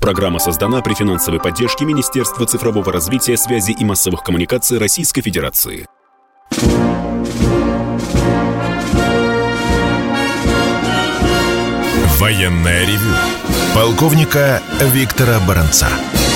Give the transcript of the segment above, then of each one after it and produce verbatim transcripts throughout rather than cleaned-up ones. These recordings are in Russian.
Программа создана при финансовой поддержке Министерства цифрового развития, связи и массовых коммуникаций Российской Федерации. Военное ревю полковника Виктора Баранца.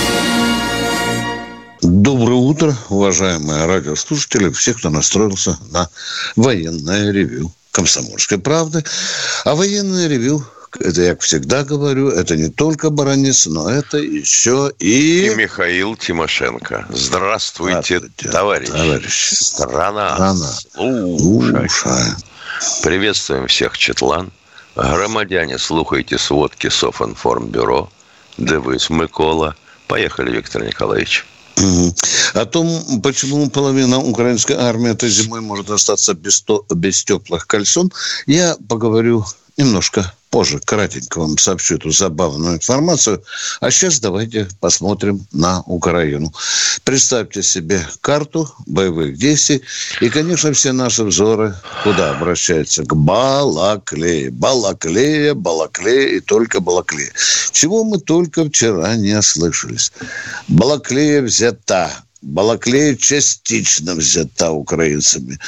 Доброе утро, уважаемые радиослушатели, все, кто настроился на военное ревю «Комсомольской правды». А военное ревю, это я всегда говорю, это не только Баранец, но это еще и... И Михаил Тимошенко. Здравствуйте, Здравствуйте товарищ. товарищ. Страна. Страна. Слушай. Слушай. Приветствуем всех, Четлан. Громадяне, слухайте сводки Софинформбюро. Девись, Микола. Поехали, Виктор Николаевич. Угу. О том, почему половина украинской армии этой зимой может остаться без, то, без теплых кальсон, я поговорю немножко позже. Кратенько вам сообщу эту забавную информацию. А сейчас давайте посмотрим на Украину. Представьте себе карту боевых действий. И, конечно, все наши взоры куда обращаются? К Балаклее. Балаклея, Балаклея и только Балаклея. Чего мы только вчера не ослышались. Балаклея взята. Балаклея частично взята украинцами.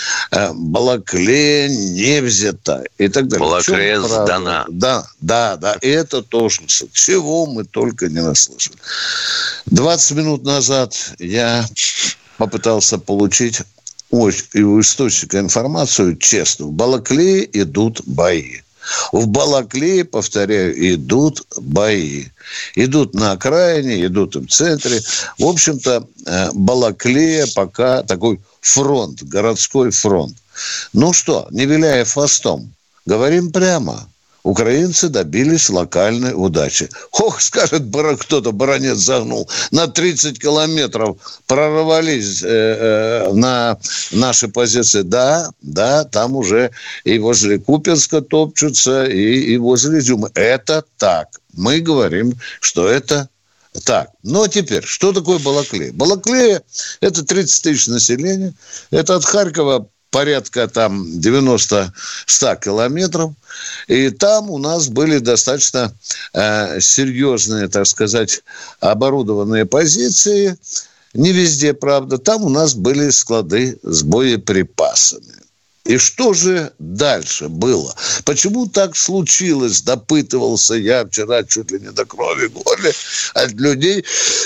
Балаклея не взята. И так далее. Балаклея сдана. Да, да, да. И это тоже. Чего мы только не наслышали. двадцать минут назад я попытался получить у источника информацию честно. В Балаклее идут бои. В Балаклее, повторяю, идут бои. Идут на окраине, идут и в центре. В общем-то, Балаклея пока такой фронт, городской фронт. Ну что, не виляя хвостом, говорим прямо. Украинцы добились локальной удачи. Ох, скажет кто-то, Баранец загнул. На тридцать километров прорвались э, э, на наши позиции. Да, да, там уже и возле Купенска топчутся, и, и возле Изюма. Это так. Мы говорим, что это так. Но теперь, что такое Балаклея? Балаклея – это тридцать тысяч населения. Это от Харькова порядка там девяносто-сто километров. И там у нас были достаточно э, серьезные, так сказать, оборудованные позиции. Не везде, правда. Там у нас были склады с боеприпасами. И что же дальше было? Почему так случилось? Допытывался я вчера чуть ли не до крови горле от людей,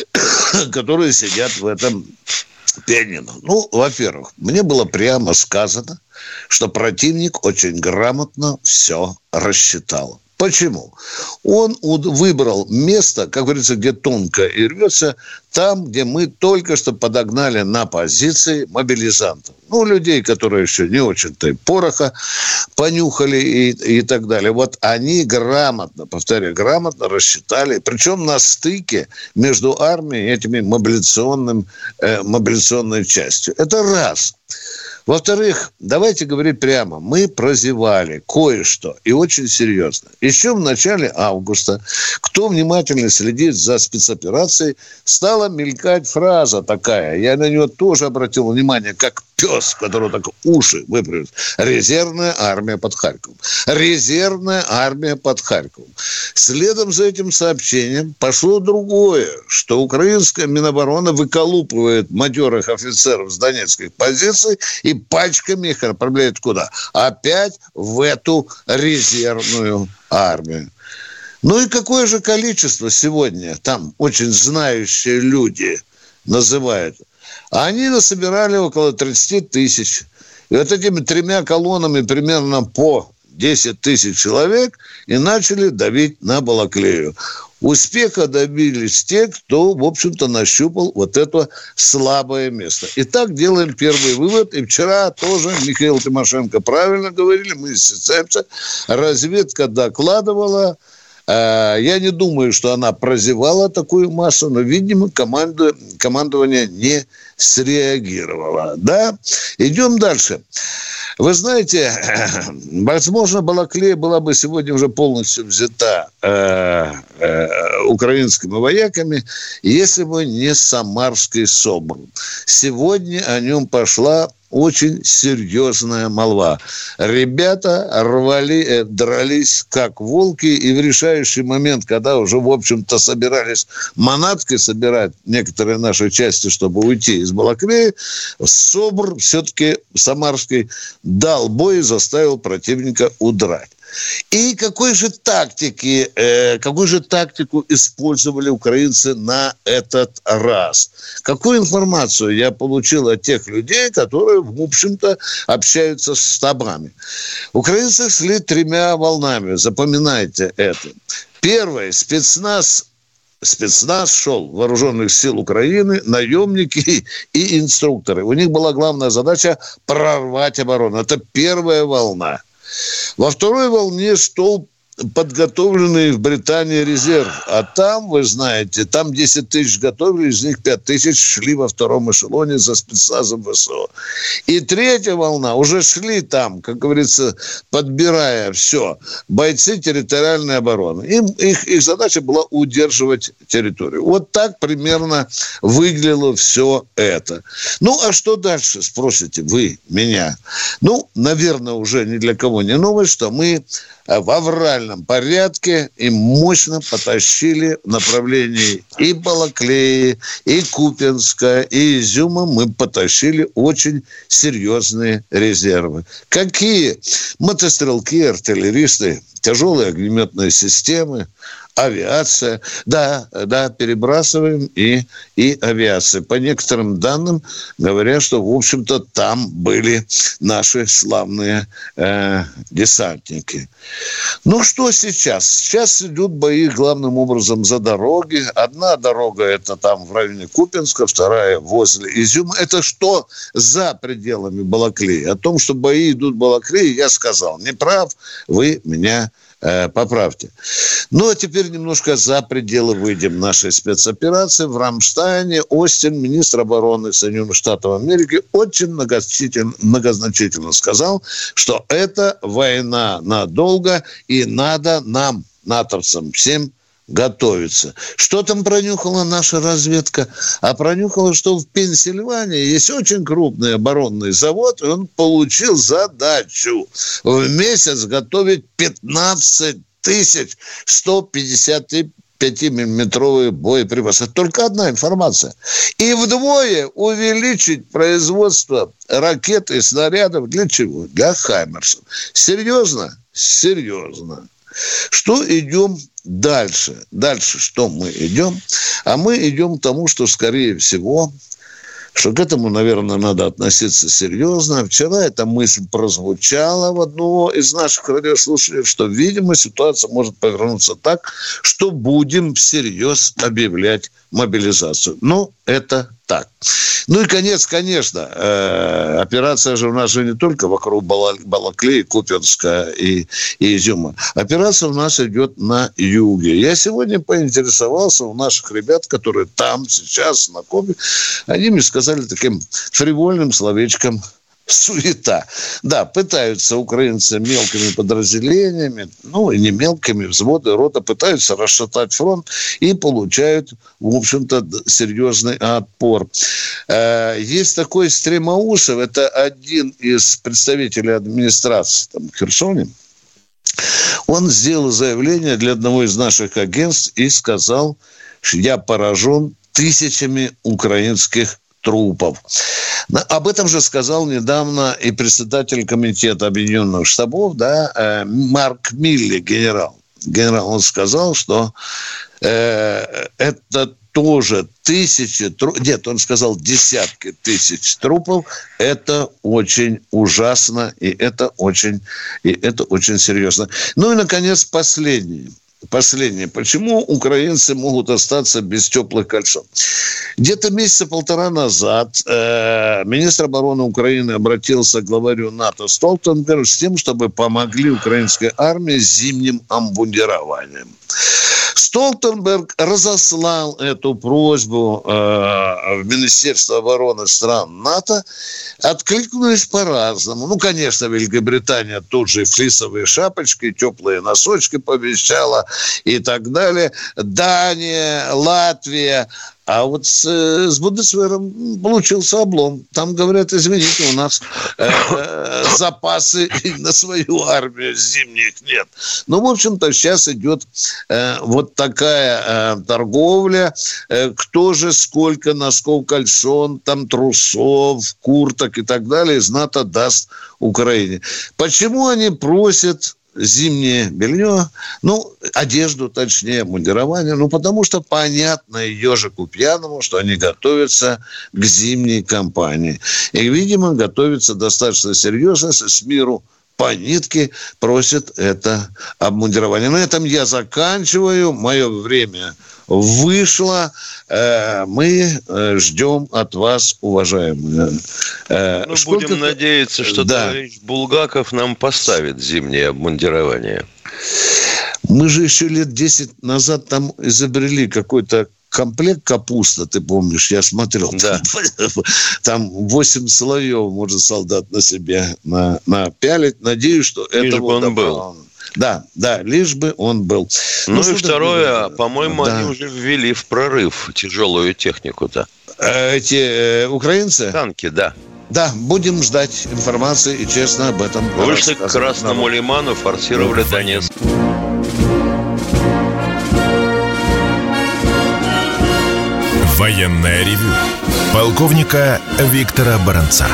которые сидят в этом пианино. Ну, во-первых, мне было прямо сказано, что противник очень грамотно все рассчитал. Почему? Он выбрал место, как говорится, где тонко и рвется, там, где мы только что подогнали на позиции мобилизантов. Ну, людей, которые еще не очень-то и пороха понюхали и, и так далее. Вот они грамотно, повторяю, грамотно рассчитали, причем на стыке между армией и этими мобилизационным, э, мобилизационной частью. Это раз. Во-вторых, давайте говорить прямо, мы прозевали кое-что, и очень серьезно. Еще в начале августа, кто внимательно следит за спецоперацией, стала мелькать фраза такая, я на нее тоже обратил внимание, как пес, которого так уши выпрямят. Резервная армия под Харьковом. Резервная армия под Харьковом. Следом за этим сообщением пошло другое, что украинская Минобороны выколупывает матерых офицеров с донецких позиций и пачками их отправляет куда? Опять в эту резервную армию. Ну и какое же количество сегодня там очень знающие люди называют? Они насобирали около тридцать тысяч. И вот этими тремя колоннами примерно по десять тысяч человек и начали давить на Балаклею. Успеха добились те, кто, в общем-то, нащупал вот это слабое место. Итак, делаем первый вывод. И вчера тоже Михаил Тимошенко правильно говорили, мы исцепляемся. Разведка докладывала. Я не думаю, что она прозевала такую массу, но, видимо, команду, командование не среагировало. Да? Идем дальше. Вы знаете, возможно, Балаклея была бы сегодня уже полностью взята э, э, украинскими вояками, если бы не Самарский Собор. Сегодня о нем пошла очень серьезная молва. Ребята рвали, дрались как волки, и в решающий момент, когда уже, в общем-то, собирались манаткой собирать некоторые наши части, чтобы уйти из Балаклеи, СОБР все-таки самарский дал бой и заставил противника удрать. И какой же тактики, э, какую же тактику использовали украинцы на этот раз? Какую информацию я получил от тех людей, которые, в общем-то, общаются с штабами? Украинцы шли тремя волнами, запоминайте это. Первое, спецназ Спецназ шел, вооруженных сил Украины, наемники и инструкторы. У них была главная задача прорвать оборону. Это первая волна. Во второй волне шел подготовленный в Британии резерв. А там, вы знаете, там десять тысяч готовили, из них пять тысяч шли во втором эшелоне за спецназом ВСО. И третья волна уже шли там, как говорится, подбирая все, бойцы территориальной обороны. Им, их, их задача была удерживать территорию. Вот так примерно выглядело все это. Ну, а что дальше, спросите вы меня? Ну, наверное, уже ни для кого не новость, что мы в авральном порядке и мощно потащили в направлении и Балаклеи, и Купянска, и Изюма. Мы потащили очень серьезные резервы. Какие? Мотострелки, артиллеристы, тяжелые огнеметные системы, авиация. Да, да, перебрасываем и, и авиация. По некоторым данным говорят, что, в общем-то, там были наши славные э, десантники. Ну, что сейчас? Сейчас идут бои главным образом за дороги. Одна дорога – это там в районе Купянска, вторая возле Изюма. Это что за пределами Балаклеи? О том, что бои идут в Балаклее, я сказал. Не прав, вы меня поправьте. Ну, а теперь немножко за пределы выйдем нашей спецоперации. В Рамштайне Остин, министр обороны Соединенных Штатов Америки, очень многозначительно, многозначительно сказал, что это война надолго, и надо нам, натовцам, всем готовиться. Что там пронюхала наша разведка? А пронюхала, что в Пенсильвании есть очень крупный оборонный завод, и он получил задачу в месяц готовить пятнадцать тысяч сто пятьдесят пятимиллиметровые боеприпасы. Это только одна информация. И вдвое увеличить производство ракет и снарядов для чего? Для «Хаймерсов». Серьезно? Серьезно. Что идем дальше? Дальше что мы идем? А мы идем к тому, что, скорее всего, что к этому, наверное, надо относиться серьезно. Вчера эта мысль прозвучала в одного из наших радиослушателей, что, видимо, ситуация может повернуться так, что будем всерьез объявлять мобилизацию. Ну, это так. Ну и конец, конечно, э, операция же у нас же не только вокруг Балаклеи, Купянска и, и Изюма. Операция у нас идет на юге. Я сегодня поинтересовался у наших ребят, которые там сейчас на Кубе, они мне сказали таким фривольным словечком: суета. Да, пытаются украинцы мелкими подразделениями, ну, и не мелкими, взводы, рота, пытаются расшатать фронт и получают, в общем-то, серьезный отпор. Есть такой Стремоусов, это один из представителей администрации там, в Херсоне. Он сделал заявление для одного из наших агентств и сказал, что я поражен тысячами украинских трупов. Об этом же сказал недавно и председатель комитета Объединенных Штабов, да, Марк Милли, генерал. Генерал, он сказал, что э, это тоже тысячи трупов, нет, он сказал десятки тысяч трупов, это очень ужасно, и это очень, и это очень серьезно. Ну и, наконец, последнее. Последнее. Почему украинцы могут остаться без теплых кольцов? Где-то месяца полтора назад э, министр обороны Украины обратился к главарю НАТО Столтенбергу с тем, чтобы помогли украинской армии с зимним обмундированием. Столтенберг разослал эту просьбу э, в Министерство обороны стран НАТО, откликнулись по-разному. Ну, конечно, Великобритания тут же флисовые шапочки, теплые носочки пообещала и так далее. Дания, Латвия, А вот с, с Бундесвером получился облом. Там говорят, извините, у нас э, э, запасы на свою армию зимних нет. Ну, в общем-то, сейчас идет э, вот такая э, торговля. Э, кто же сколько носков, кальсон, там трусов, курток и так далее из НАТО даст Украине. Почему они просят зимнее белье, ну, одежду, точнее, обмундирование, ну, потому что понятно ежику пьяному, что они готовятся к зимней кампании. И, видимо, готовятся достаточно серьезно, с миру по нитке просят это обмундирование. На этом я заканчиваю. Мое время вышло. Мы ждем от вас, уважаемые. Ну, Сколько... будем надеяться, что да. товарищ Булгаков нам поставит зимнее обмундирование. Мы же еще лет десять назад там изобрели какой-то комплект капуста, ты помнишь, я смотрел. Да. Там восемь слоев может солдат на себе на, напялить. Надеюсь, что лишь это бы он был. Да, да, лишь бы он был. Ну, ну и второе, ты... по-моему, да. они уже ввели в прорыв тяжелую технику-то. Эти э, украинцы? Танки, да. Да, будем ждать информации и честно об этом. Вышли к Красному лиману, форсировали Донецк. Военное ревю полковника Виктора Баранца.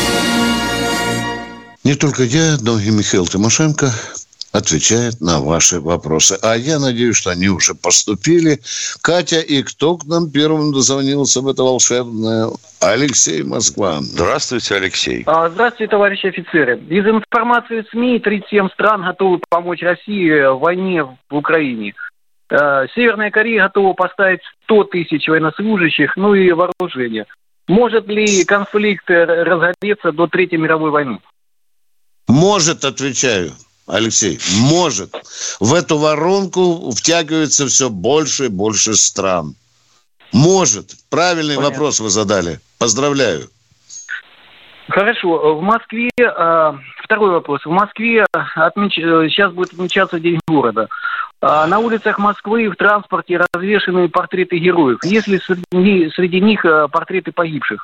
Не только я, но и Михаил Тимошенко отвечает на ваши вопросы. А я надеюсь, что они уже поступили. Катя, и кто к нам первым дозвонился в это волшебное? Алексей, Москва. Здравствуйте, Алексей. Здравствуйте, товарищи офицеры. Из информации СМИ тридцать семь стран готовы помочь России в войне в Украине. Северная Корея готова поставить сто тысяч военнослужащих, ну и вооружение. Может ли конфликт разгореться до Третьей мировой войны? Может, отвечаю, Алексей, может. В эту воронку втягивается все больше и больше стран. Может. Правильный Понятно. Вопрос вы задали. Поздравляю. Хорошо. В Москве, э, второй вопрос. В Москве отмеч... сейчас будет отмечаться День города. А на улицах Москвы в транспорте развешаны портреты героев. Есть ли среди, среди них портреты погибших?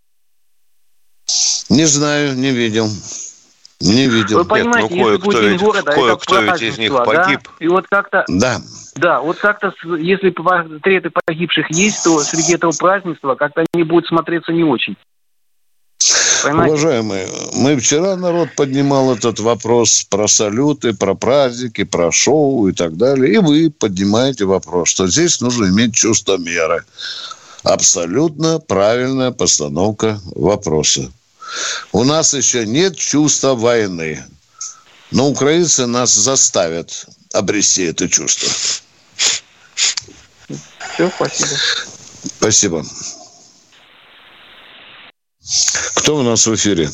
Не знаю, не видел. Не видел. Вы понимаете, Нет, ну, если будет День города, кое-кто ведь из них погиб. Да? И вот как-то... Да. Да, вот как-то, если портреты погибших есть, то среди этого празднества как-то они будут смотреться не очень. Понимаете? Уважаемые, мы вчера народ поднимал этот вопрос про салюты, про праздники, про шоу и так далее. И вы поднимаете вопрос, что здесь нужно иметь чувство меры. Абсолютно правильная постановка вопроса. У нас еще нет чувства войны. Но украинцы нас заставят обрести это чувство. Все, спасибо. Спасибо. Кто у нас в эфире?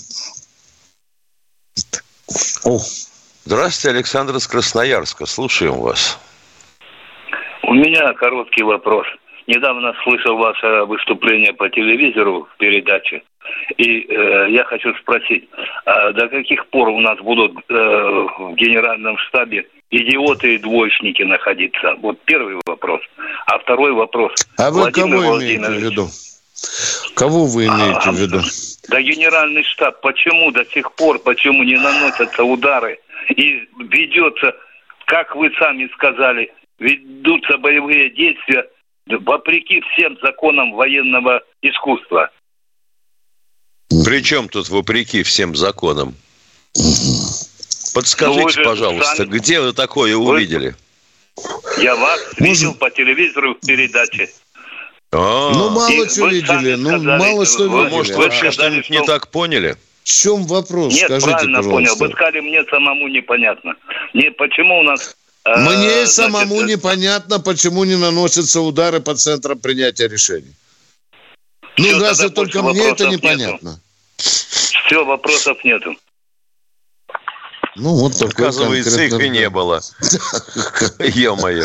О. Здравствуйте, Александр из Красноярска. Слушаем вас. У меня короткий вопрос. Недавно слышал ваше выступление по телевизору в передаче. И э, я хочу спросить, а до каких пор у нас будут э, в генеральном штабе идиоты и двоечники находиться? Вот первый вопрос. А второй вопрос. А вы Владимир кого имеете в виду? Кого вы имеете а, в виду? Да генеральный штаб. Почему до сих пор, почему не наносятся удары? И ведется, как вы сами сказали, ведутся боевые действия вопреки всем законам военного искусства. При чем тут вопреки всем законам? Подскажите, ну, пожалуйста, сами... где вы такое вы... увидели? Я вас видел по телевизору в передаче. А-а-а. Ну, мало что видели. Ну, мало что видели. Может, вы что-нибудь не так поняли? В чем вопрос? Нет, скажите, правильно пожалуйста. понял. Вы сказали, мне самому непонятно. Не, почему у нас... Мне э, самому значит, непонятно, почему не наносятся удары по центрам принятия решений. Ну, разве только мне это непонятно. Нету. Все, вопросов нету. Ну, вот такой оказывается, их и не было. Ё-моё.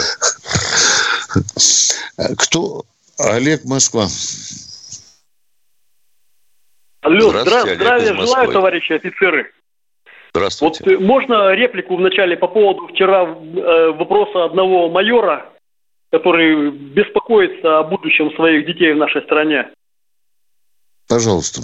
Кто? Олег, Москва. Алло, здравствуйте, здравия желаю, товарищи офицеры. Здравствуйте. Вот можно реплику вначале по поводу вчера э, вопроса одного майора который беспокоится о будущем своих детей в нашей стране. Пожалуйста.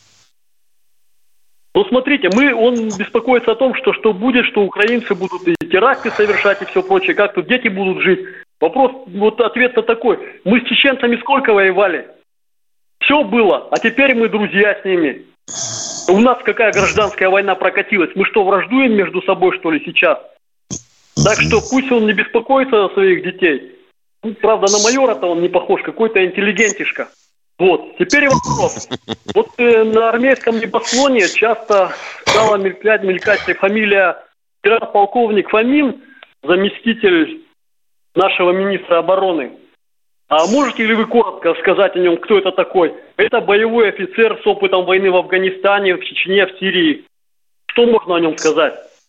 Ну, смотрите, мы, он беспокоится о том, что что будет, что украинцы будут и теракты совершать, и все прочее, как тут дети будут жить. Вопрос, вот ответ-то такой. Мы с чеченцами сколько воевали? Все было, а теперь мы друзья с ними. У нас какая гражданская война прокатилась? Мы что, враждуем между собой, что ли, сейчас? Так что пусть он не беспокоится о своих детей. Ну, правда, на майора-то он не похож, какой-то интеллигентишка. Вот, теперь вопрос. Вот э, на армейском небосклоне часто стала мелькать, мелькать фамилия генерал-полковник Фомин, заместитель нашего министра обороны. А можете ли вы коротко сказать о нем, кто это такой? Это боевой офицер с опытом войны в Афганистане, в Чечне, в Сирии. Что можно о нем сказать?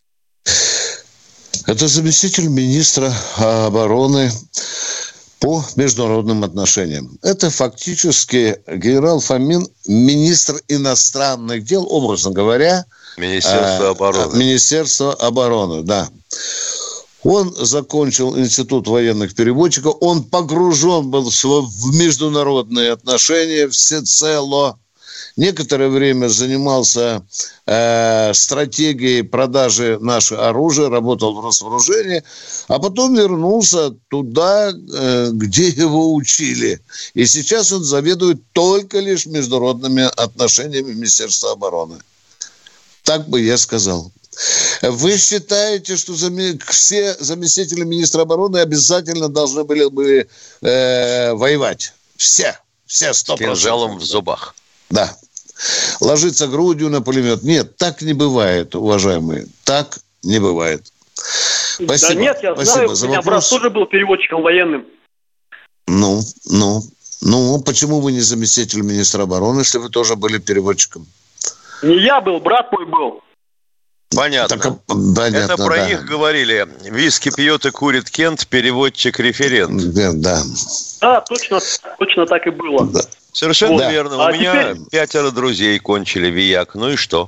Это заместитель министра обороны по международным отношениям. Это фактически генерал Фомин, министр иностранных дел, образно говоря. Министерство обороны. Министерство обороны, да. Он закончил институт военных переводчиков, он погружен был в международные отношения всецело. Некоторое время занимался э, стратегией продажи нашего оружия, работал в Росвооружении, а потом вернулся туда, э, где его учили. И сейчас он заведует только лишь международными отношениями Министерства обороны. Так бы я сказал. Вы считаете, что зам... все заместители министра обороны обязательно должны были бы э, воевать? Все. Все, сто процентов. С кинжалом в зубах. Да. Ложиться грудью на пулемет. Нет, так не бывает, уважаемые. Так не бывает. Спасибо. Да нет, я Спасибо знаю, у меня брат тоже был переводчиком военным. Ну, ну, ну, почему вы не заместитель министра обороны, если вы тоже были переводчиком? Не я был, брат мой был. Понятно. Так, понятно. Это про да. них говорили. Виски пьет и курит Кент, переводчик-референт. Да, да. Да, точно, точно так и было. Да. Совершенно вот. верно. А У меня теперь... пятеро друзей кончили ВИЯК. Ну и что?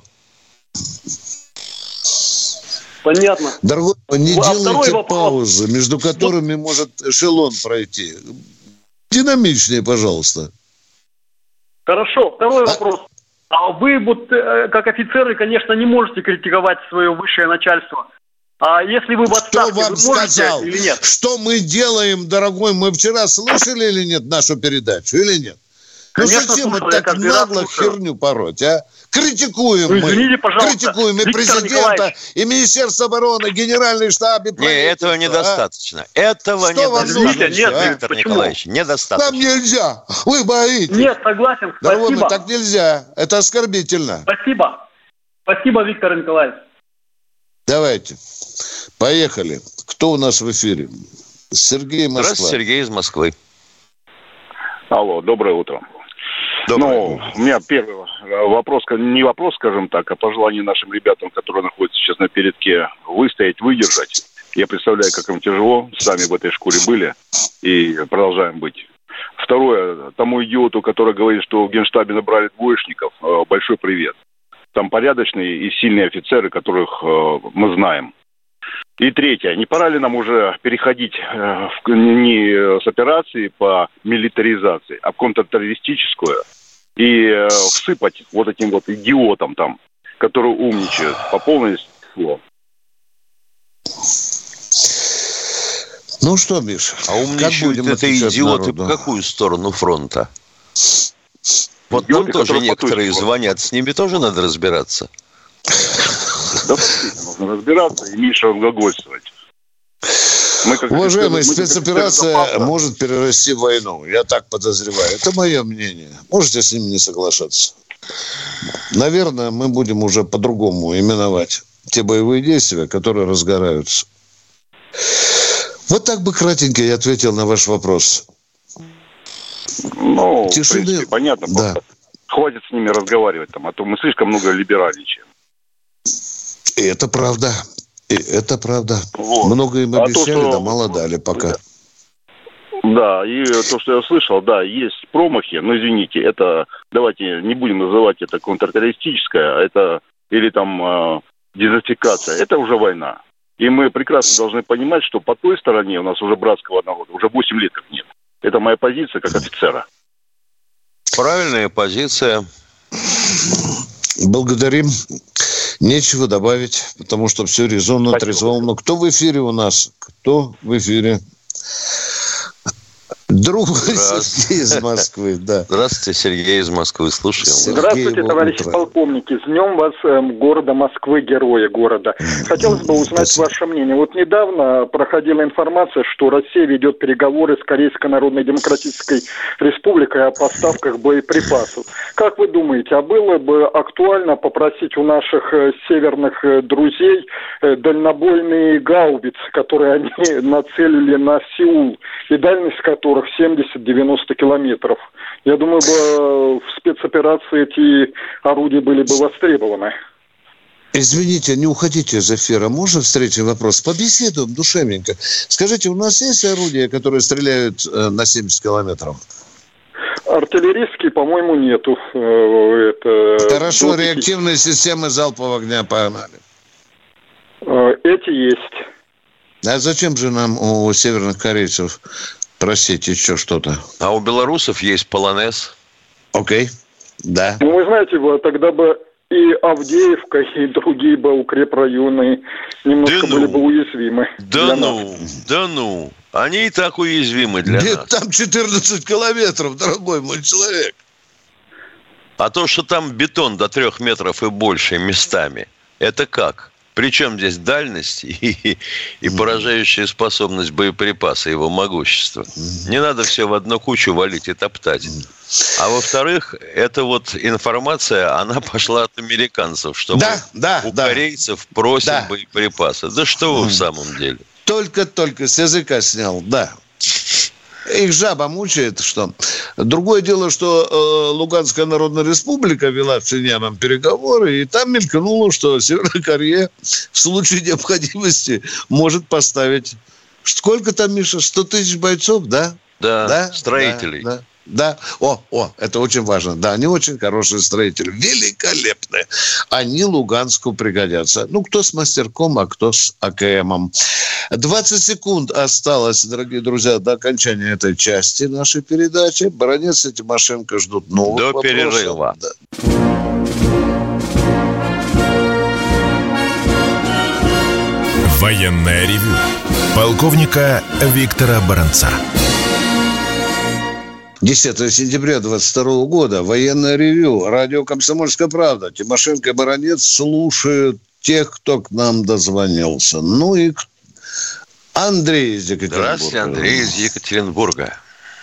Понятно. Дорогой, не а делайте паузы, между которыми ну... может эшелон пройти. Динамичнее, пожалуйста. Хорошо. Второй а... вопрос. А вы, вот, как офицеры, конечно, не можете критиковать свое высшее начальство. А если вы в отставке, Кто вам вы можете сказал, или нет? Что мы делаем, дорогой? Мы вчера слышали или нет нашу передачу, или нет? Конечно, ну зачем слушал, мы так нагло херню пороть, а? Критикуем ну, мы. Извините, пожалуйста. Критикуем и Виктор президента, Николаевич. и Министерство обороны, Генеральный штаб. И не, этого недостаточно. А? Этого Что недостаточно, нет, нет, Виктор почему? Николаевич. Недостаточно. Нам нельзя. Вы боитесь. Нет, согласен. Дорогой, Спасибо. так нельзя. Это оскорбительно. Спасибо. Спасибо, Виктор Николаевич. Давайте. Поехали. Кто у нас в эфире? Сергей, Москва. Здравствуйте, Сергей из Москвы. Алло, доброе утро. Доброе. Ну, у меня первый вопрос, не вопрос, скажем так, а пожелание нашим ребятам, которые находятся сейчас на передке, выстоять, выдержать. Я представляю, как им тяжело, сами в этой школе были и продолжаем быть. Второе, тому идиоту, который говорит, что в Генштабе набрали двоечников, большой привет. Там порядочные и сильные офицеры, которых мы знаем. И третье, не пора ли нам уже переходить э, в, не с операции по милитаризации, а в контртеррористическую и э, всыпать вот этим вот идиотам там, которые умничают по полной числу. Ну что, Миша, а умничают это идиоты в какую сторону фронта? Вот идиоты, нам тоже некоторые звонят, с ними тоже надо разбираться. Да, нужно разбираться и меньше разглагольствовать. Мы, как Уважаемый, спецоперация может перерасти в войну. Я так подозреваю. Это мое мнение. Можете с ним не соглашаться. Наверное, мы будем уже по-другому именовать те боевые действия, которые разгораются. Вот так бы кратенько я ответил на ваш вопрос. Ну, Тишины... в принципе, понятно. Да. Хватит с ними разговаривать там, а то мы слишком много либеральничаем. И это правда. И это правда. Вот. Много им обещали, а то, что... да мало дали пока. Да, и то, что я слышал, да, есть промахи, но извините, это, давайте не будем называть это контртеррористическое, это или там э, дезертификация, это уже война. И мы прекрасно должны понимать, что по той стороне у нас уже братского народа уже восемь лет как нет. Это моя позиция как офицера. Правильная позиция. Благодарим. Нечего добавить, потому что все резонно, трезвонно. Но кто в эфире у нас? Кто в эфире? Друг Сергей из Москвы, да. Здравствуйте, Сергей из Москвы, слушаем. Сергей, здравствуйте, товарищи утро. полковники. С днем вас, э, города Москвы, героя города. Хотелось бы узнать Спасибо. ваше мнение. Вот недавно проходила информация, что Россия ведет переговоры с Корейской Народно-Демократической Республикой о поставках боеприпасов. Как вы думаете, а было бы актуально попросить у наших э, северных э, друзей э, дальнобойные гаубицы, которые они нацелили на Сеул, и дальность которых семьдесят-девяносто километров. Я думаю, бы в спецоперации эти орудия были бы востребованы. Извините, не уходите из эфира. Можно встречный вопрос? Побеседуем душевненько. Скажите, у нас есть орудия, которые стреляют на семьдесят километров? Артиллерийские, по-моему, нету. Это... Хорошо, До... реактивные системы залпового огня погнали. Эти есть. А зачем же нам у северных корейцев просить еще что-то? А у белорусов есть полонез. Окей, да. Ну, вы знаете, тогда бы и Авдеевка, и другие бы укрепрайоны немножко да ну. были бы уязвимы. Да ну, нас. да ну. Они и так уязвимы для Нет, нас. Там четырнадцать километров, дорогой мой человек. А то, что там бетон до трех метров и больше местами, это как? Причем здесь дальность и, и поражающая способность боеприпаса, его могущество. Не надо все в одну кучу валить и топтать. А во-вторых, эта вот информация, она пошла от американцев, что да, мы да, у да. корейцев просим да. боеприпасы. Да что вы в самом деле? Только-только с языка снял, да. Их жаба мучает, что. Другое дело, что э, Луганская Народная Республика вела в Пхеньяном переговоры, и там мелькнуло, что Северная Корея в случае необходимости может поставить... Сколько там, Миша? сто тысяч бойцов, да? Да, да? строителей. Да, да. Да, о, о, это очень важно. Да, они очень хорошие строители, великолепные. Они Луганску пригодятся. Ну, кто с мастерком, а кто с АКМом. двадцать секунд осталось, дорогие друзья, до окончания этой части нашей передачи. Баранец и Тимошенко ждут новых до вопросов. перерыва. Да. Военное ревю полковника Виктора Баранца. десятого сентября двадцать второго года. Военное ревю. Радио «Комсомольская правда». Тимошенко и Баранец слушают тех, кто к нам дозвонился. Ну и Андрей из Екатеринбурга. Здравствуйте, Андрей из Екатеринбурга.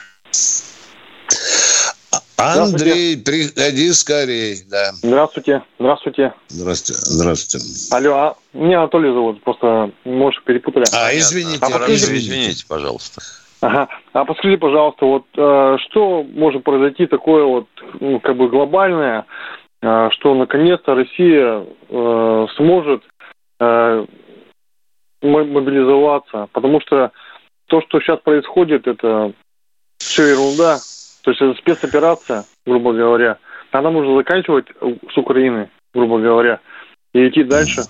Андрей, приходи скорей. Да. Здравствуйте. Здравствуйте. Здравствуйте. Здравствуйте. Алло, а меня Анатолий зовут. Просто, может, перепутали. А, извините. А подскажите, извините, пожалуйста. Ага. А подскажите, пожалуйста, вот э, что может произойти такое вот, ну, как бы глобальное, э, что наконец-то Россия э, сможет э, мобилизоваться, потому что то, что сейчас происходит, это все ерунда, то есть это спецоперация, грубо говоря, она нужно заканчивать с Украины, грубо говоря, и идти дальше.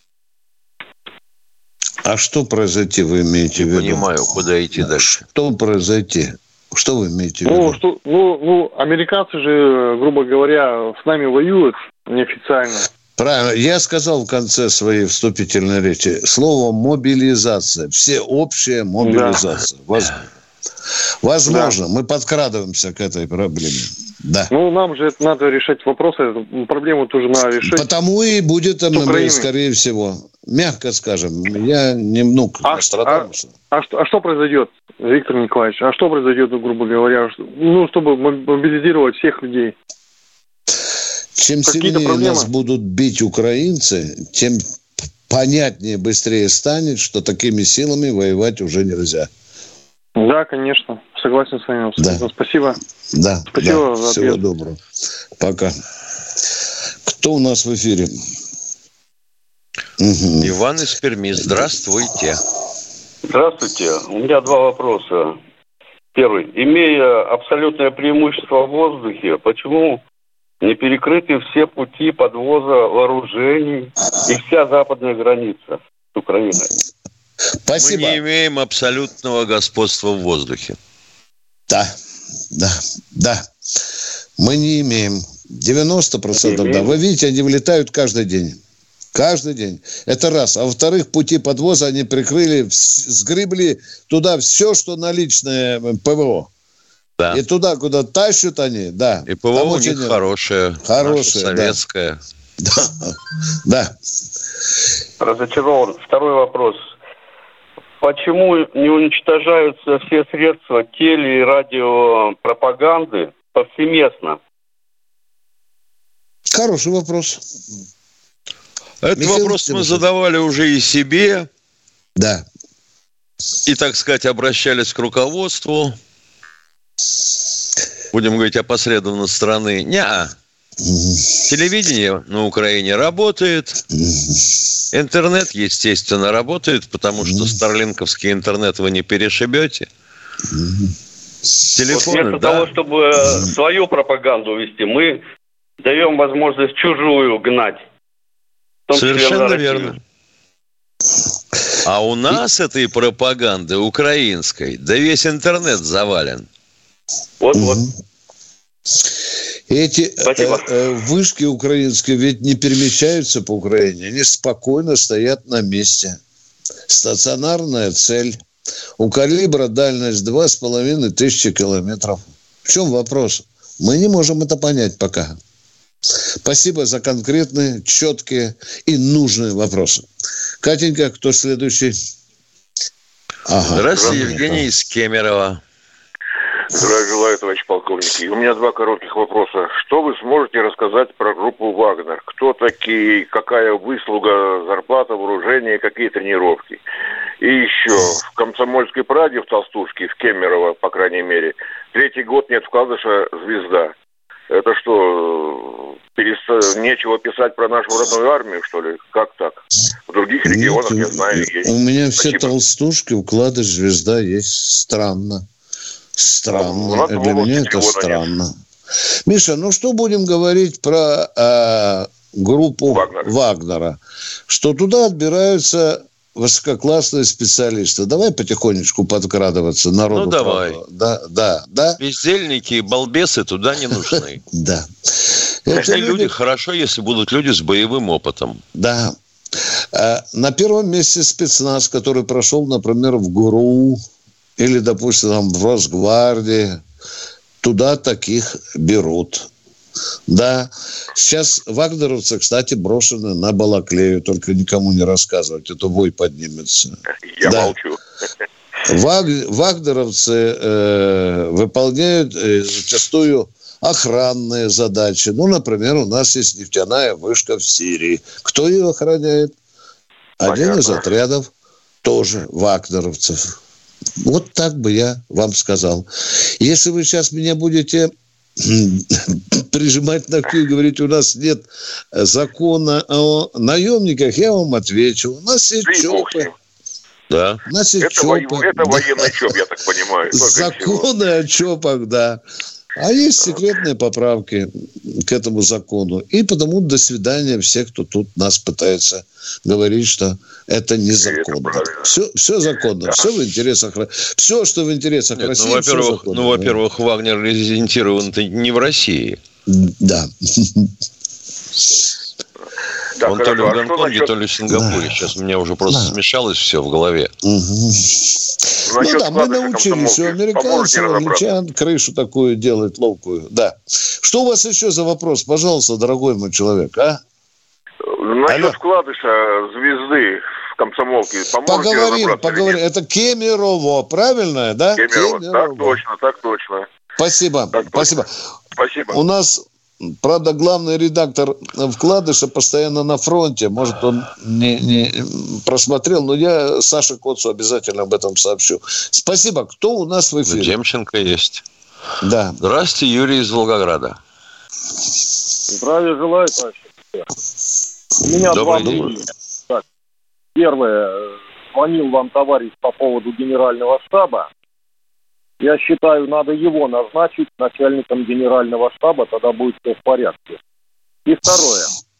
А что произойти, вы имеете в виду? Не понимаю, куда идти дальше. Что произойти? Что вы имеете в виду? Ну, что, ну, ну, американцы же, грубо говоря, с нами воюют неофициально. Правильно. Я сказал в конце своей вступительной речи слово «мобилизация». Всеобщая мобилизация. Да. Возможно. Возможно. Да. Мы подкрадываемся к этой проблеме. Да. Ну, нам же это надо решать вопросы. Эту проблему тоже надо решить. Потому и будет ММР, скорее всего. Мягко скажем. Я не внук а, Нострадамуса. А, а, что, а что произойдет, Виктор Николаевич? А что произойдет, грубо говоря? Ну, чтобы мобилизировать всех людей. Чем Какие-то сильнее проблемы? Нас будут бить украинцы, тем понятнее, быстрее станет, что такими силами воевать уже нельзя. Да, конечно. Согласен с вами. Да. Спасибо. Да. Спасибо да. за Всего ответ. доброго. Пока. Кто у нас в эфире? Угу. Иван из Перми. Здравствуйте. Здравствуйте. У меня два вопроса. Первый. Имея абсолютное преимущество в воздухе, почему не перекрыты все пути подвоза вооружений и вся западная граница? Украиной. Спасибо. Мы не имеем абсолютного господства в воздухе. Да, да, да. Мы не имеем. девяносто процентов, Не да. имеем. Вы видите, они влетают каждый день. Каждый день. Это раз. А во-вторых, пути подвоза они прикрыли, вс- сгребли туда все, что наличное ПВО. Да. И туда, куда тащат они, да. И ПВО Там у очень- них хорошее, Хорошее, наше да. советское. Да, да. Разочарован. Второй вопрос. Почему не уничтожаются все средства теле- и радиопропаганды повсеместно? Хороший вопрос. Этот Михаил вопрос мы Тимошенко. задавали уже и себе, Да. и, так сказать, обращались к руководству. Будем говорить опосредованно страны. Неа. Телевидение на Украине работает. Интернет, естественно, работает, потому что старлинковский интернет вы не перешибете. Телефоны, Вот вместо да. того, чтобы э, свою пропаганду вести, мы даем возможность чужую гнать. В том числе Совершенно на Россию. верно. А у нас этой пропаганды украинской, да весь интернет завален. Вот-вот. Эти Спасибо. э, э, вышки украинские ведь не перемещаются по Украине. Они спокойно стоят на месте. Стационарная цель. У калибра дальность два с половиной тысячи километров. В чем вопрос? Мы не можем это понять пока. Спасибо за конкретные, четкие и нужные вопросы. Катенька, кто следующий? Ага. Здравствуйте, Евгений из Кемерово. Здравия желаю, товарищ полковник. И у меня два коротких вопроса. Что вы сможете рассказать про группу «Вагнер»? Кто такие, какая выслуга, зарплата, вооружение, какие тренировки? И еще, в «Комсомольской правде» в Толстушке, в Кемерово, по крайней мере, третий год нет вкладыша «Звезда». Это что, переста... нечего писать про нашу родную армию, что ли? Как так? В других регионах, Нет, я знаю, есть. У меня все Спасибо. толстушки, вкладыш «Звезда» есть. Странно. Странно. Ну, Для ну, меня ничего это странно. Миша, ну что будем говорить про э, группу Вагнер. Вагнера? Что туда отбираются высококлассные специалисты. Давай потихонечку подкрадываться народу. Ну, давай. правда. Да, да, да. Бездельники и балбесы туда не нужны. Да. Нужны Это люди хорошо, если будут люди с боевым опытом. Да. А на первом месте спецназ, который прошел, например, в ГРУ или, допустим, там, в Росгвардии. Туда таких берут. Да. Сейчас вагнеровцы, кстати, брошены на Балаклею. Только никому не рассказывать, это вой поднимется. Я Да. молчу. Ваг... Вагнеровцы э, выполняют э, зачастую охранные задачи. Ну, например, у нас есть нефтяная вышка в Сирии. Кто ее охраняет? Один Понятно. из отрядов тоже вагнеровцев. Вот так бы я вам сказал. Если вы сейчас меня будете прижимать ногти и говорить, у нас нет закона о наемниках, я вам отвечу. У нас есть Да и бог с ЧОПы. ним. Да. У нас есть Это, во- ЧОПы. это Да. военный ЧОП, я так понимаю. только и всего. Законы о ЧОПах, да. А есть секретные поправки к этому закону. И потому до свидания все, кто тут нас пытается говорить, что это незаконно. Это правильно. Все, все законно, Да. все в интересах, все, что в интересах Нет, России, ну, все во-первых, законно. ну, во-первых, Вагнер резидентирован не в России. Да. Так, Он то ли хорошо. в А что Гонконге, насчет- то ли в Сингапуре. Да. Сейчас у меня уже просто Да. смешалось все в голове. Угу. Ну насчет да, мы вкладыша научились у комсомолки? американцев, Поможете разобраться? англичан крышу такую делать, ловкую. Да. Что у вас еще за вопрос? Пожалуйста, дорогой мой человек, а? Насчет Алло. вкладыша «Звезды» в комсомолке. Поможете Поговорим, разобраться поговорим. или нет? Это Кемерово, правильно, да? Кемерово. Так точно, так точно. Спасибо, Так спасибо. Спасибо. У нас, правда, главный редактор «Вкладыша» постоянно на фронте. Может, он не, не просмотрел, но я Саше Коцу обязательно об этом сообщу. Спасибо. Кто у нас в эфире? Демченко есть. Да. Здравствуйте, Юрий из Волгограда. Здравия желаю, товарищ офицер. У меня Добрый два день. мнения. Так, первое. Звонил вам товарищ по поводу генерального штаба. Я считаю, надо его назначить начальником генерального штаба, тогда будет все в порядке. И второе.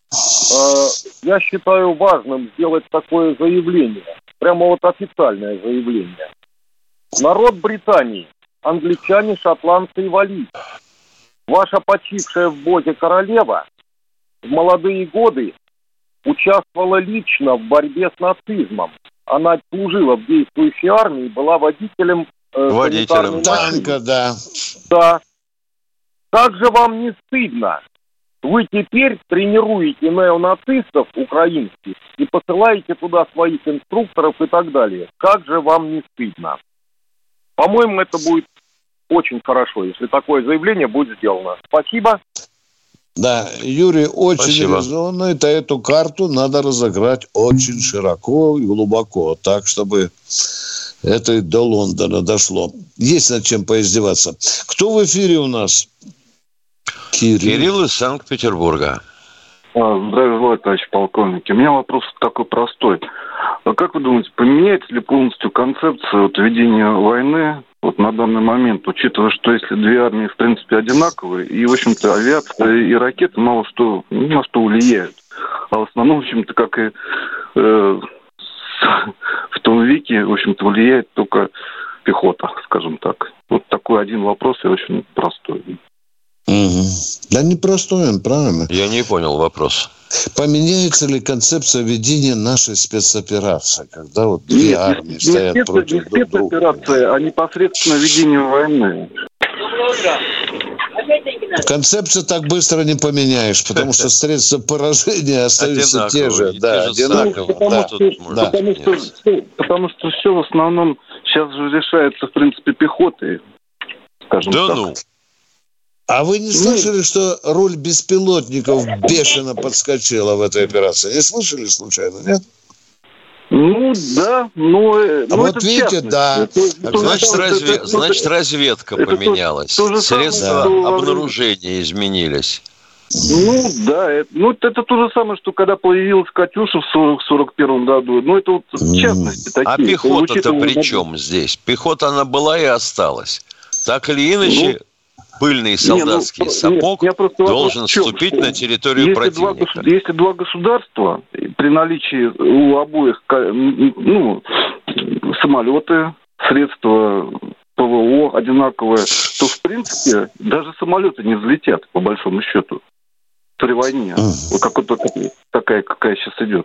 Я считаю важным сделать такое заявление, прямо вот официальное заявление. Народ Британии, англичане, шотландцы и валлийцы, ваша почившая в Боге королева в молодые годы участвовала лично в борьбе с нацизмом. Она служила в действующей армии и была водителем э, водителем танка, да. Да. Как же вам не стыдно? Вы теперь тренируете неонацистов украинских и посылаете туда своих инструкторов и так далее. Как же вам не стыдно? По-моему, это будет очень хорошо, если такое заявление будет сделано. Спасибо. Да, Юрий, очень Спасибо. резонно. Это эту карту надо разыграть очень широко и глубоко, так, чтобы это и до Лондона дошло. Есть над чем поиздеваться. Кто в эфире у нас? Кирилл, Кирилл из Санкт-Петербурга. Здравия желаю, товарищ полковник. У меня вопрос такой простой. Как вы думаете, поменяется ли полностью концепция вот, ведения войны вот на данный момент, учитывая, что если две армии в принципе одинаковые, и, в общем-то, авиация и ракеты мало что, ну, на что влияют. А в основном, в общем-то, как и э, в том веке, в общем-то, влияет только пехота, скажем так. Вот такой один вопрос и очень простой. Угу. Да непростой он, правильно. Я не понял вопрос. Поменяется ли концепция ведения нашей спецоперации, когда вот две нет, армии не стоят спец, против не друг друга? спецоперация, а непосредственно ведение войны. Концепцию так быстро не поменяешь, потому что средства поражения остаются те же. Да, одинаковые. Потому, что, да. потому, что, потому что все в основном сейчас же решается, в принципе, пехотой, скажем да так. Ну. А вы не слышали, что роль беспилотников бешено подскочила в этой операции? Не слышали случайно, нет? Ну, да, но... А но вот видите, да. Это, это, значит, это, разве, это, значит, это, разведка это поменялась. То, то же Средства самое, что обнаружения изменились. Ну, да. Это, ну, это то же самое, что когда появилась «Катюша» в сорок первом году. Ну, это вот в частности такие. А пехота-то учитывая... при чем здесь? Пехота, она была и осталась. Так или иначе... Ну, пыльный солдатский не, ну, сапог нет, должен вступить на территорию если противника. Два, если два государства при наличии у обоих ну, самолеты, средства ПВО одинаковые, то в принципе даже самолеты не взлетят, по большому счету, при войне. Вот как вот такая, какая сейчас идет.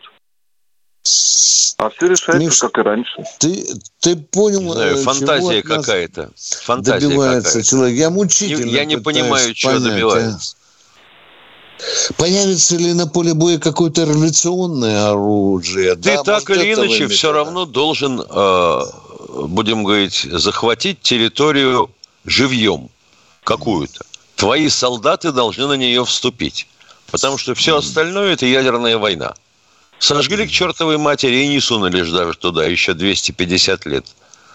А все решается, Миш, как и раньше. Ты, ты понял, не знаю, фантазия какая-то. Фантазия добивается какая-то. человек. Я мучительно Я не понимаю, чего понять, добивается. А? Появится ли на поле боя какое-то революционное оружие? Ты да, так или иначе все равно должен, э, будем говорить, захватить территорию живьем какую-то. Твои солдаты должны на нее вступить. Потому что все остальное – это ядерная война. Сожгли к чертовой матери и не сунули же даже туда еще двести пятьдесят лет.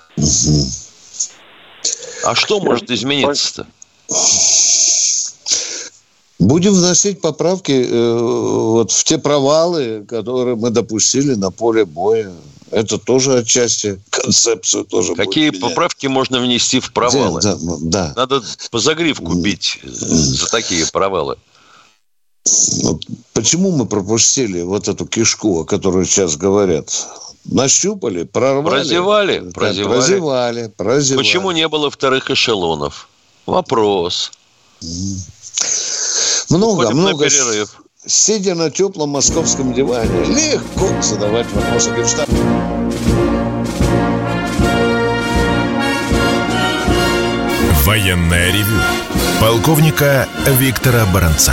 А что может измениться-то? Будем вносить поправки э, вот в те провалы, которые мы допустили на поле боя. Это тоже отчасти концепцию тоже. Какие поправки можно внести в провалы? Да, да. Надо по загривку бить за такие провалы. Почему мы пропустили вот эту кишку, о которой сейчас говорят? Нащупали, прорвали. Прозевали, да, прозевали. Прозевали, прозевали. Почему не было вторых эшелонов? Вопрос. Много, Уходим много. На перерыв. Сидя на теплом московском диване, легко задавать вопросы Генштаба. Военное ревю полковника Виктора Баранца.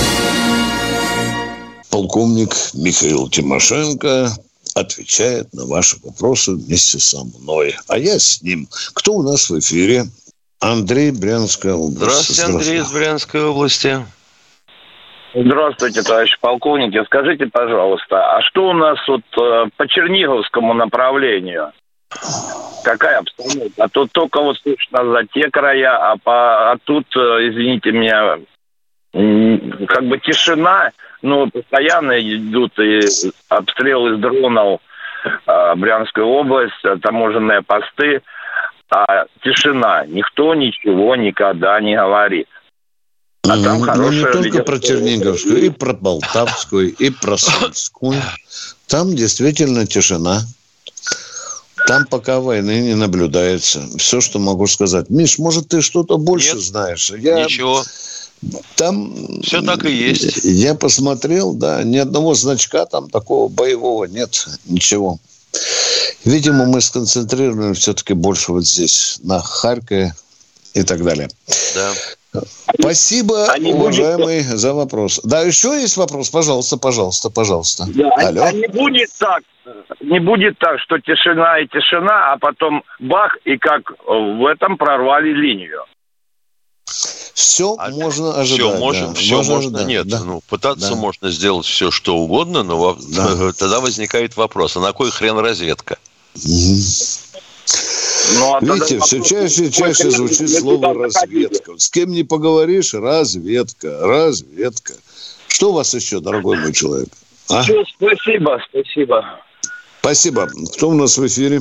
Полковник Михаил Тимошенко отвечает на ваши вопросы вместе со мной. А я с ним. Кто у нас в эфире? Андрей, Брянская область. Здравствуйте, Андрей из Брянской области. Здравствуйте, товарищ полковник. Скажите, пожалуйста, а что у нас вот по Черниговскому направлению? Какая обстановка? А тут только вот слышно за те края, а, по, а тут, извините меня, как бы тишина, но постоянно идут и обстрелы с дронов э, Брянская область, таможенные посты, а тишина. Никто ничего никогда не говорит. А там ну, хорошая не только лидерская... про Черниговскую, и про Полтавскую, и про Сумскую. Там действительно тишина. Там пока войны не наблюдается. Все, что могу сказать. Миш, может, ты что-то больше Нет, знаешь? Я... Ничего. Там... Все так и есть. Я посмотрел, да, ни одного значка там такого боевого нет. Ничего. Видимо, мы сконцентрированы все-таки больше вот здесь, на Харькове и так далее. Да. Спасибо, а уважаемый, будет... за вопрос. Да, еще есть вопрос? Пожалуйста, пожалуйста, пожалуйста. Да, Алло. а не будет так, не будет так, что тишина и тишина, а потом бах, и как в этом прорвали линию. Все а можно ожидать. Все, можно, да. все можно, можно ожидать, нет. Да. Ну, пытаться да. можно сделать все, что угодно, но да. тогда возникает вопрос, а на кой хрен разведка? Угу. Ну, а видите, все чаще и чаще звучит слово «разведка». С кем не поговоришь, разведка, разведка. Что у вас еще, дорогой мой человек? А? Все, спасибо, спасибо. Спасибо. Кто у нас в эфире?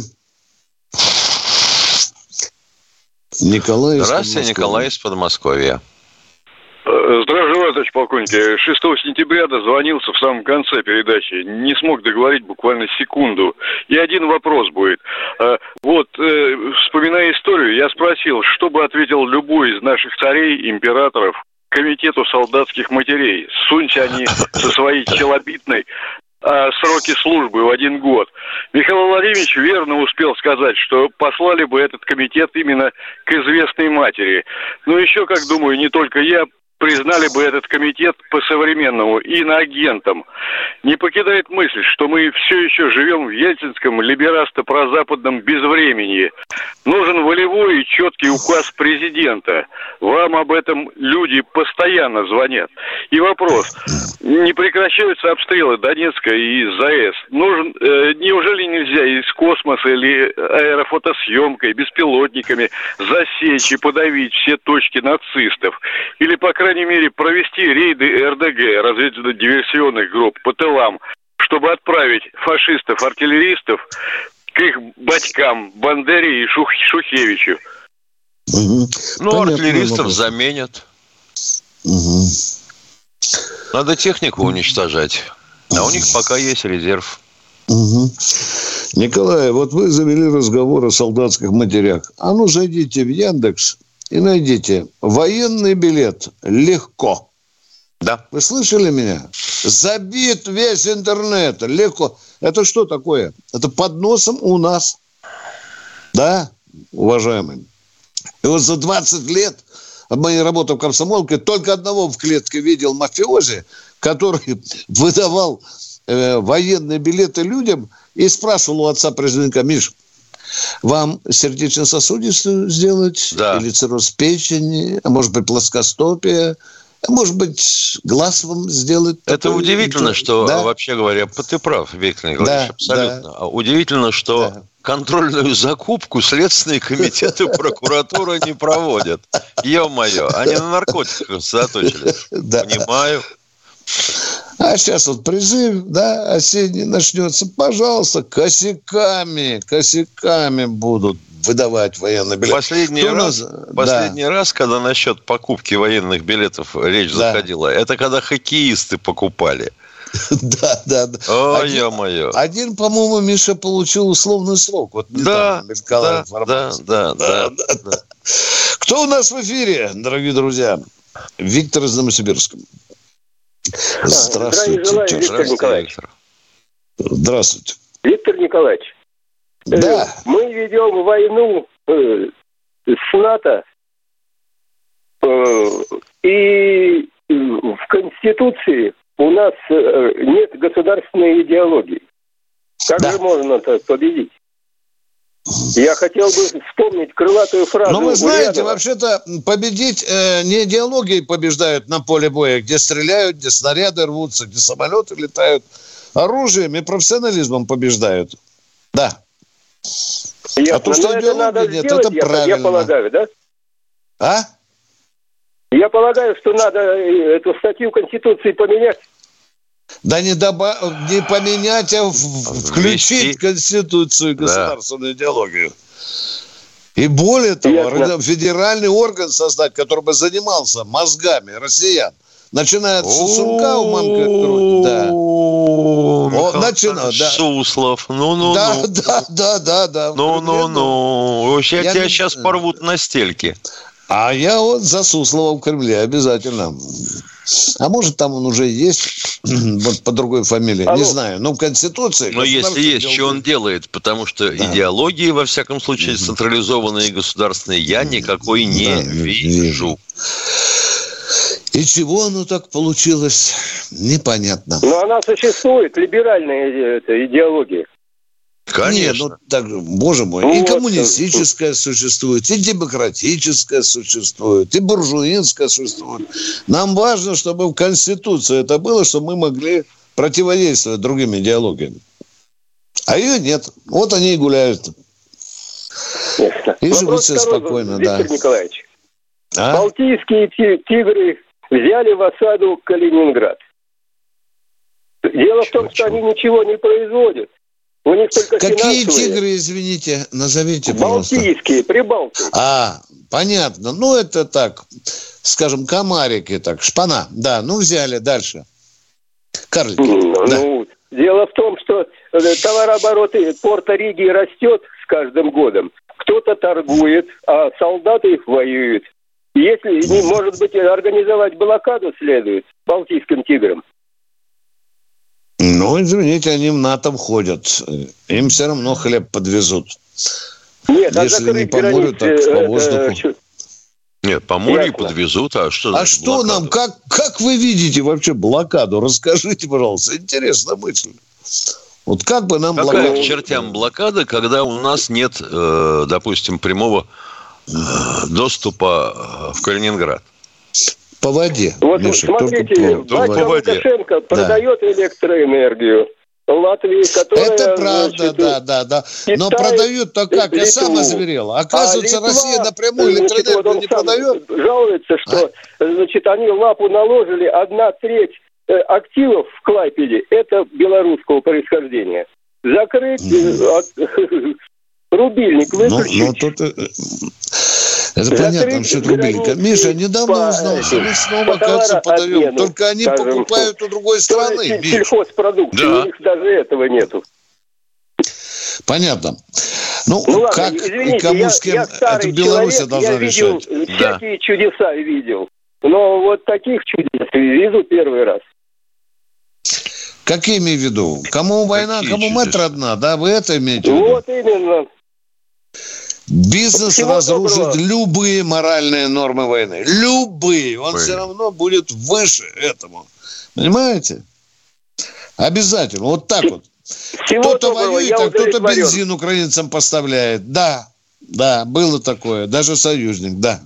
Николай из Здравствуйте, Николай из Подмосковья. Здравия желаю, товарищ полковник. шестого сентября дозвонился в самом конце передачи. Не смог договорить буквально секунду. И один вопрос будет. Вот, вспоминая историю, я спросил, что бы ответил любой из наших царей, императоров, комитету солдатских матерей. Суньте они со своей челобитной сроки службы в один год. Михаил Владимирович верно успел сказать, что послали бы этот комитет именно к известной матери. Но еще, как думаю, не только я, признали бы этот комитет по-современному иноагентом. Не покидает мысль, что мы все еще живем в ельцинском либерасто-прозападном безвременье. Нужен волевой и четкий указ президента. Вам об этом люди постоянно звонят. И вопрос. Не прекращаются обстрелы Донецка и ЗАЭС. Нужен, э, неужели нельзя из космоса или аэрофотосъемкой, беспилотниками засечь и подавить все точки нацистов? Или, по крайней мере, провести рейды эр дэ гэ, разведывательно-диверсионных групп, по тылам, чтобы отправить фашистов-артиллеристов к их батькам Бандере и Шух... Шухевичу. Угу. Ну, понятно, артиллеристов вопрос. Заменят. Угу. Надо технику уничтожать. А у них пока есть резерв. Угу. Николай, вот вы завели разговор о солдатских матерях. А ну, зайдите в Яндекс и найдите военный билет легко. Да. Вы слышали меня? Забит весь интернет. Легко. Это что такое? Это под носом у нас. Да, уважаемый? И вот за двадцать лет от моей работы в комсомолке только одного в клетке видел мафиози, который выдавал э, военные билеты людям и спрашивал у отца президента: Миш, вам сердечно-сосудистую сделать? Да. Или цирроз печени? А может быть, плоскостопие? А может быть, глаз вам сделать? Это такой? удивительно, что, да? вообще говоря, ты прав, Виктор Николаевич, да, абсолютно. Да. Удивительно, что да. контрольную закупку Следственные комитеты прокуратура не проводят. Ё-моё, они на наркотиках сосредоточились. Понимаю. А сейчас вот призыв, да, осенний начнется. Пожалуйста, косяками, косяками будут выдавать военные билеты. Последний, раз, нас... последний да. раз, когда насчет покупки военных билетов речь да. заходила, это когда хоккеисты покупали. Да, да, да. О, один, ё-моё. Один, по-моему, Миша получил условный срок. Вот да, да, да, да, да, да. Кто у нас в эфире, дорогие друзья? Виктор из Новосибирска. Здравствуйте. Желаю, Виктор Николаевич. Здравствуйте. Виктор Николаевич. Да. Мы ведем войну э, с НАТО, э, и в Конституции у нас э, нет государственной идеологии. Как да. же можно так победить? Я хотел бы вспомнить крылатую фразу. Ну, вы знаете, Ульянова. Вообще-то победить э, не идеологией побеждают на поле боя, где стреляют, где снаряды рвутся, где самолеты летают. Оружием и профессионализмом побеждают. Да. Ясно. А то, что Но идеологии это надо нет, сделать, это я, правильно. Я полагаю, да? А? Я полагаю, что надо эту статью Конституции поменять. Да не, доба... не поменять, а включить в Конституцию государственную да. идеологию. И более того, Ясно. федеральный орган создать, который бы занимался мозгами россиян. Начиная от Сосунка, у да. Он начинал, да. Суслов, ну-ну-ну. Да, да, да, да, да. Ну-ну-ну. Я тебя сейчас порвут на стельки. А я вот за Суслова в Кремле обязательно. А может, там он уже есть, вот по другой фамилии, Алло. не знаю. Но в Конституции... Но если есть, что он делает, потому что да. идеологии, во всяком случае, централизованные и государственные, я никакой не да, вижу. И чего оно так получилось, непонятно. Но она существует, либеральная идеология. Конечно. Нет, ну так, боже мой, ну, и коммунистическая вот. существует, и демократическая существует, и буржуинская существует. Нам важно, чтобы в Конституции это было, чтобы мы могли противодействовать другим идеологиям. А ее нет. Вот они и гуляют. Ясно. И живут все спокойно, Виктор да. Николаевич, а? Балтийские тигры взяли в осаду Калининград. Дело чего, в том, чего? что они ничего не производят. У них только Какие финансовые... тигры, извините, назовите, пожалуйста. Балтийские, Прибалтики. А, понятно. Ну, это так, скажем, комарики, так, шпана. Да, ну, взяли дальше. Карлики. Ну, да. ну, дело в том, что товарооборот порта Риги растет с каждым годом. Кто-то торгует, а солдаты их воюют. Если, не, может быть, организовать блокаду следует балтийским тиграм. Ну, извините, они в НАТО входят. Им все равно хлеб подвезут. Нет, если не по морю, так по воздуху. Нет, по морю подвезут, а что А что блокаду? нам, как, как вы видите вообще блокаду? Расскажите, пожалуйста, интересная мысль. Вот как бы нам блокаду... блокаду... к чертям блокада, когда у нас нет, э, допустим, прямого э, доступа в Калининград? По воде. Вот Миша, смотрите, батя Лукашенко продает да. электроэнергию Латвии, которая... Это правда, значит, да, да, да. Но продают-то как? Литву. Я сам озверел. Оказывается, а Литва, Россия напрямую электроэнергию значит, вот не продает? Жалуется, что а? значит, они лапу наложили, одна треть активов в Клайпеде это белорусского происхождения. Закрыть, mm. от, рубильник выключить. Ну, ну, тут... Это понятно, насчет рубильника. Миша, недавно узнал, что мы снова, кажется, подаем. Обмену, только они покупают у другой страны. Сельхозпродукты, да. у них даже этого нету. Понятно. Ну, ну как ладно, извините, и кому я, с кем, я это Беларусь должна я видел решать. Всякие да. чудеса видел. Но вот таких чудес вижу первый раз. Какие имею в виду? Кому война, Какие кому чудеса? Мать родна, да? Вы это имеете в виду? Вот именно. Бизнес Всего разрушит доброго. любые моральные нормы войны. Любые. Он Ой. все равно будет выше этому. Понимаете? Обязательно. Вот так вот. Всего кто-то доброго. воюет, а кто-то бензин украинцам поставляет. Да. Да, было такое. Даже союзник, да.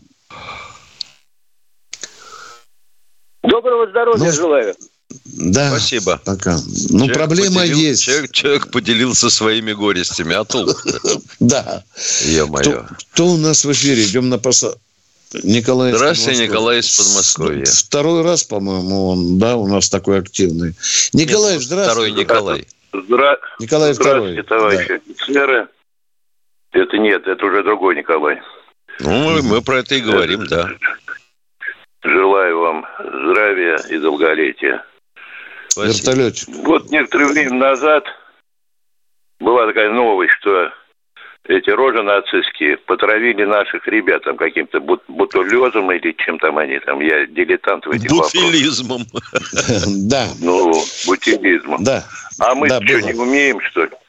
Доброго здоровья ну, желаю. Да, спасибо. Пока. Ну, человек проблема поделил, есть. Человек, человек поделился своими горестями, а толк? Да. Ё-моё. Кто у нас в эфире? Идем на посад. Николай. Здравствуйте, Николай из Подмосковья. Второй раз, по-моему, он, да, у нас такой активный. Николай, Нет, здравствуйте. Второй Николай. Здра... Николай Здравствуйте, второй. товарищи офицеры. Да. Это нет, это уже другой Николай. Ну, мы, мы про это и говорим, да. Желаю вам здравия и долголетия. Вертолетик. Вот некоторое время назад была такая новость, что эти рожи нацистские потравили наших ребят там каким-то бут- бутулезом или чем там они там. Я дилетант в этих вопросах. Бутилизмом. Да. Ну, бутилизмом. Да. А мы что, не умеем, что ли?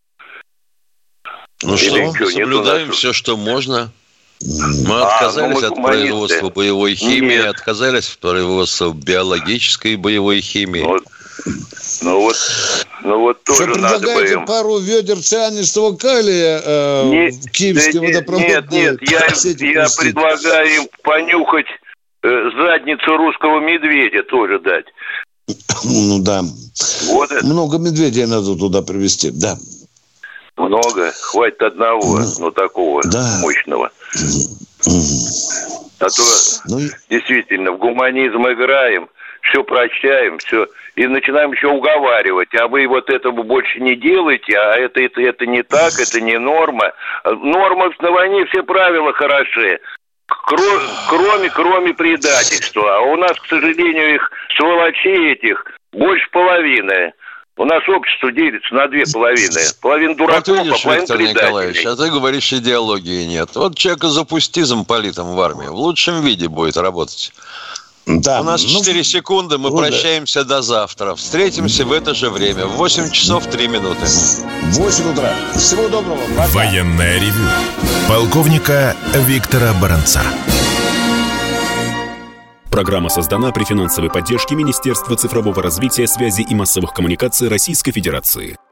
Ну что, соблюдаем все, что можно. Мы отказались а, ну, мы от производства боевой химии, Нет. отказались от производства биологической боевой химии. Вот. Ну вот, ну вот тоже что, предлагаете бы... пару ведер цианистого калия э, не, в киевский да, водопроводный Нет, нет, я, я предлагаю им понюхать э, задницу русского медведя тоже дать. Ну да. Вот это. Много медведей надо туда привезти, да. Много, хватит одного, ну, ну такого да. мощного. А то ну, действительно в гуманизм играем, все прощаем, все, и начинаем еще уговаривать, а вы вот этого больше не делаете, а это, это, это не так, это не норма. Норма на войне, все правила хороши, кроме, кроме предательства. А у нас, к сожалению, их сволочей этих больше половины. У нас общество делится на две половины. Половина дураков, вот видишь, а половина Виктор предателей. Николаевич, а ты говоришь, идеологии нет. Вот человека запусти замполитом в армию, в лучшем виде будет работать. Да, у нас четыре ну, секунды, мы ну, прощаемся да. до завтра. Встретимся в это же время, в восемь часов три минуты. восемь утра. Всего доброго. Пока. Военное ревю полковника Виктора Баранца. Программа создана при финансовой поддержке Министерства цифрового развития, связи и массовых коммуникаций Российской Федерации.